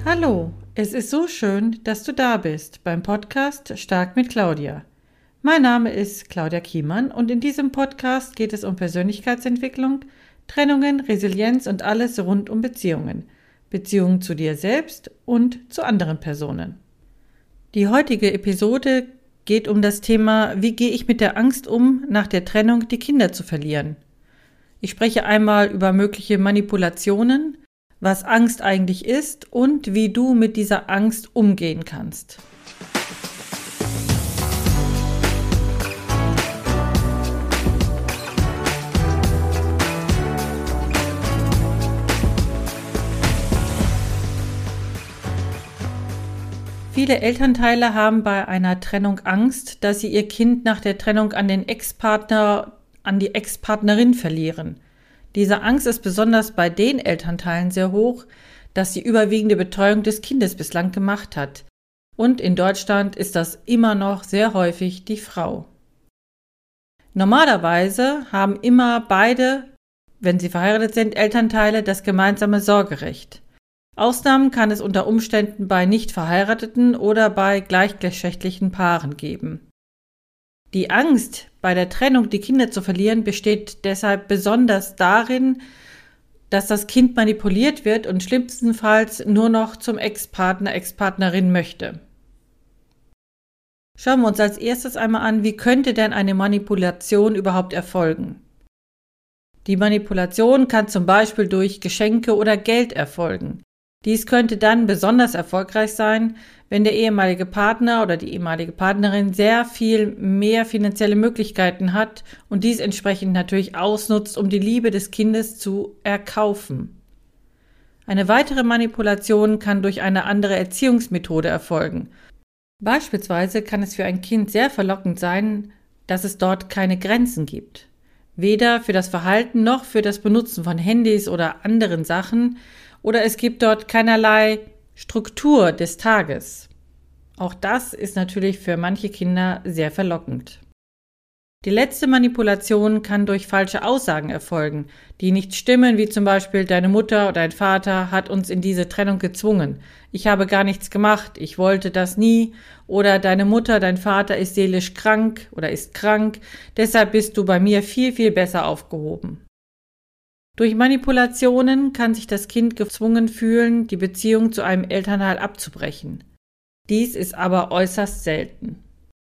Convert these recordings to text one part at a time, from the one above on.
Hallo, es ist so schön, dass du da bist beim Podcast Stark mit Claudia. Mein Name ist Claudia Kiemann und in diesem Podcast geht es um Persönlichkeitsentwicklung, Trennungen, Resilienz und alles rund um Beziehungen. Beziehungen zu dir selbst und zu anderen Personen. Die heutige Episode geht um das Thema, wie gehe ich mit der Angst um, nach der Trennung die Kinder zu verlieren. Ich spreche einmal über mögliche Manipulationen, was Angst eigentlich ist und wie du mit dieser Angst umgehen kannst. Viele Elternteile haben bei einer Trennung Angst, dass sie ihr Kind nach der Trennung an den Ex-Partner, an die Ex-Partnerin verlieren. Diese Angst ist besonders bei den Elternteilen sehr hoch, dass die überwiegende Betreuung des Kindes bislang gemacht hat. Und in Deutschland ist das immer noch sehr häufig die Frau. Normalerweise haben immer beide, wenn sie verheiratet sind, Elternteile das gemeinsame Sorgerecht. Ausnahmen kann es unter Umständen bei nicht verheirateten oder bei gleichgeschlechtlichen Paaren geben. Die Angst, bei der Trennung die Kinder zu verlieren, besteht deshalb besonders darin, dass das Kind manipuliert wird und schlimmstenfalls nur noch zum Ex-Partner, Ex-Partnerin möchte. Schauen wir uns als erstes einmal an, wie könnte denn eine Manipulation überhaupt erfolgen? Die Manipulation kann zum Beispiel durch Geschenke oder Geld erfolgen. Dies könnte dann besonders erfolgreich sein, wenn der ehemalige Partner oder die ehemalige Partnerin sehr viel mehr finanzielle Möglichkeiten hat und dies entsprechend natürlich ausnutzt, um die Liebe des Kindes zu erkaufen. Eine weitere Manipulation kann durch eine andere Erziehungsmethode erfolgen. Beispielsweise kann es für ein Kind sehr verlockend sein, dass es dort keine Grenzen gibt. Weder für das Verhalten noch für das Benutzen von Handys oder anderen Sachen, oder es gibt dort keinerlei Struktur des Tages. Auch das ist natürlich für manche Kinder sehr verlockend. Die letzte Manipulation kann durch falsche Aussagen erfolgen, die nicht stimmen, wie zum Beispiel deine Mutter oder dein Vater hat uns in diese Trennung gezwungen. Ich habe gar nichts gemacht, ich wollte das nie. Oder deine Mutter, dein Vater ist seelisch krank oder ist krank, deshalb bist du bei mir viel, viel besser aufgehoben. Durch Manipulationen kann sich das Kind gezwungen fühlen, die Beziehung zu einem Elternteil abzubrechen. Dies ist aber äußerst selten.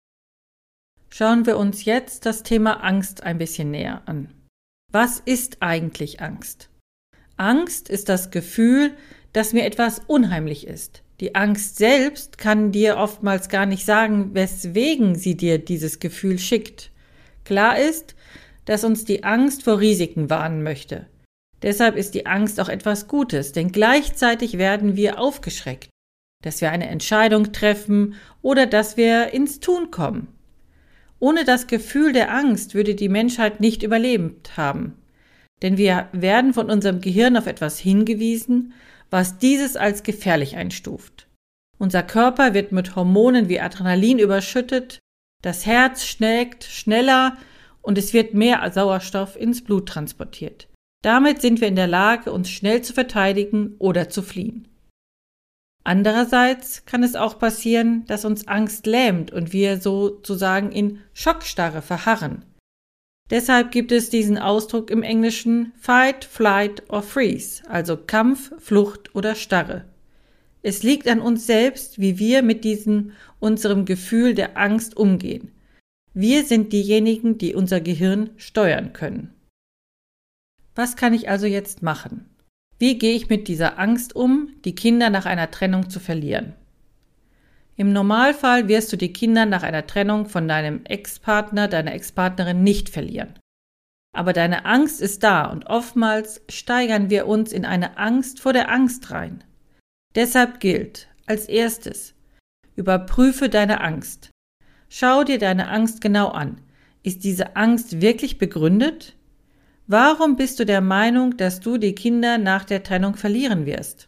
Schauen wir uns jetzt das Thema Angst ein bisschen näher an. Was ist eigentlich Angst? Angst ist das Gefühl, dass mir etwas unheimlich ist. Die Angst selbst kann dir oftmals gar nicht sagen, weswegen sie dir dieses Gefühl schickt. Klar ist, dass uns die Angst vor Risiken warnen möchte. Deshalb ist die Angst auch etwas Gutes, denn gleichzeitig werden wir aufgeschreckt, dass wir eine Entscheidung treffen oder dass wir ins Tun kommen. Ohne das Gefühl der Angst würde die Menschheit nicht überlebt haben, denn wir werden von unserem Gehirn auf etwas hingewiesen, was dieses als gefährlich einstuft. Unser Körper wird mit Hormonen wie Adrenalin überschüttet, das Herz schlägt schneller und es wird mehr Sauerstoff ins Blut transportiert. Damit sind wir in der Lage, uns schnell zu verteidigen oder zu fliehen. Andererseits kann es auch passieren, dass uns Angst lähmt und wir sozusagen in Schockstarre verharren. Deshalb gibt es diesen Ausdruck im Englischen Fight, Flight or Freeze, also Kampf, Flucht oder Starre. Es liegt an uns selbst, wie wir mit unserem Gefühl der Angst umgehen. Wir sind diejenigen, die unser Gehirn steuern können. Was kann ich also jetzt machen? Wie gehe ich mit dieser Angst um, die Kinder nach einer Trennung zu verlieren? Im Normalfall wirst du die Kinder nach einer Trennung von deinem Ex-Partner, deiner Ex-Partnerin nicht verlieren. Aber deine Angst ist da und oftmals steigern wir uns in eine Angst vor der Angst rein. Deshalb gilt, als erstes, überprüfe deine Angst. Schau dir deine Angst genau an. Ist diese Angst wirklich begründet? Warum bist du der Meinung, dass du die Kinder nach der Trennung verlieren wirst?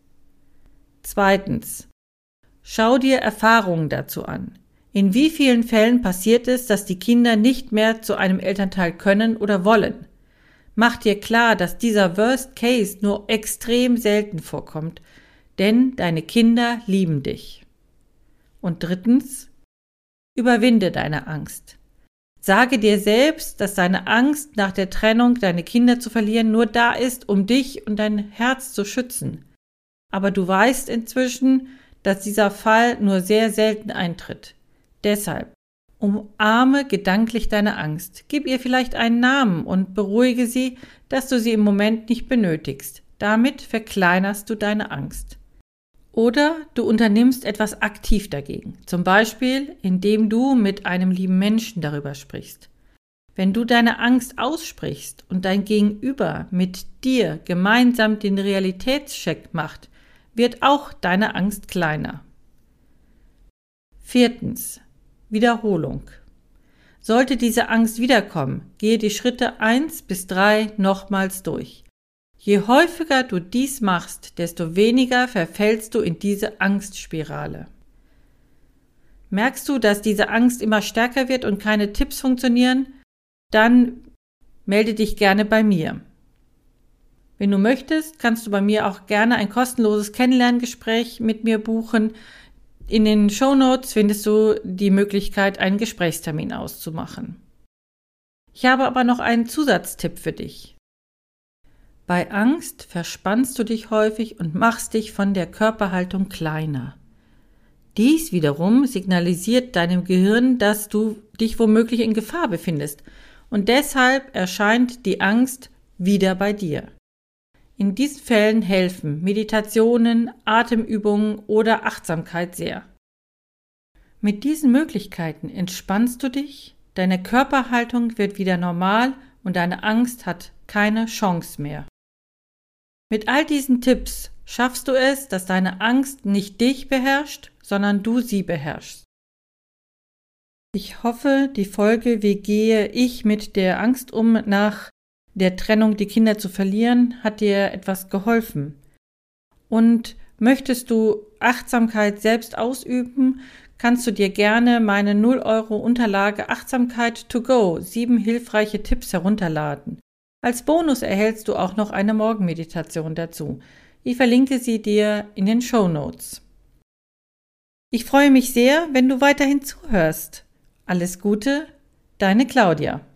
Zweitens. Schau dir Erfahrungen dazu an. In wie vielen Fällen passiert es, dass die Kinder nicht mehr zu einem Elternteil können oder wollen? Mach dir klar, dass dieser Worst Case nur extrem selten vorkommt, denn deine Kinder lieben dich. Und drittens, überwinde deine Angst. Sage dir selbst, dass deine Angst nach der Trennung, deine Kinder zu verlieren, nur da ist, um dich und dein Herz zu schützen. Aber du weißt inzwischen, dass dieser Fall nur sehr selten eintritt. Deshalb, umarme gedanklich deine Angst. Gib ihr vielleicht einen Namen und beruhige sie, dass du sie im Moment nicht benötigst. Damit verkleinerst du deine Angst. Oder du unternimmst etwas aktiv dagegen, zum Beispiel, indem du mit einem lieben Menschen darüber sprichst. Wenn du deine Angst aussprichst und dein Gegenüber mit dir gemeinsam den Realitätscheck macht, wird auch deine Angst kleiner. Viertens. Wiederholung. Sollte diese Angst wiederkommen, gehe die Schritte 1 bis 3 nochmals durch. Je häufiger du dies machst, desto weniger verfällst du in diese Angstspirale. Merkst du, dass diese Angst immer stärker wird und keine Tipps funktionieren? Dann melde dich gerne bei mir. Wenn du möchtest, kannst du bei mir auch gerne ein kostenloses Kennenlerngespräch mit mir buchen. In den Shownotes findest du die Möglichkeit, einen Gesprächstermin auszumachen. Ich habe aber noch einen Zusatztipp für dich. Bei Angst verspannst du dich häufig und machst dich von der Körperhaltung kleiner. Dies wiederum signalisiert deinem Gehirn, dass du dich womöglich in Gefahr befindest und deshalb erscheint die Angst wieder bei dir. In diesen Fällen helfen Meditationen, Atemübungen oder Achtsamkeit sehr. Mit diesen Möglichkeiten entspannst du dich, deine Körperhaltung wird wieder normal und deine Angst hat keine Chance mehr. Mit all diesen Tipps schaffst du es, dass deine Angst nicht dich beherrscht, sondern du sie beherrschst. Ich hoffe, die Folge "Wie gehe ich mit der Angst um, nach der Trennung die Kinder zu verlieren", hat dir etwas geholfen. Und möchtest du Achtsamkeit selbst ausüben, kannst du dir gerne meine 0€ Unterlage Achtsamkeit to go, 7 hilfreiche Tipps herunterladen. Als Bonus erhältst du auch noch eine Morgenmeditation dazu. Ich verlinke sie dir in den Shownotes. Ich freue mich sehr, wenn du weiterhin zuhörst. Alles Gute, deine Claudia.